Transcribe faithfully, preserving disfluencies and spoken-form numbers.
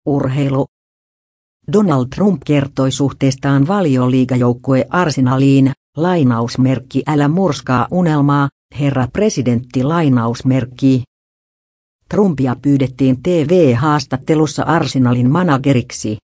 Urheilu. Donald Trump kertoi suhteestaan valioliigajoukkue Arsenaliin, lainausmerkki älä murskaa unelmaa, herra presidentti lainausmerkki. Trumpia pyydettiin T V-haastattelussa Arsenalin manageriksi.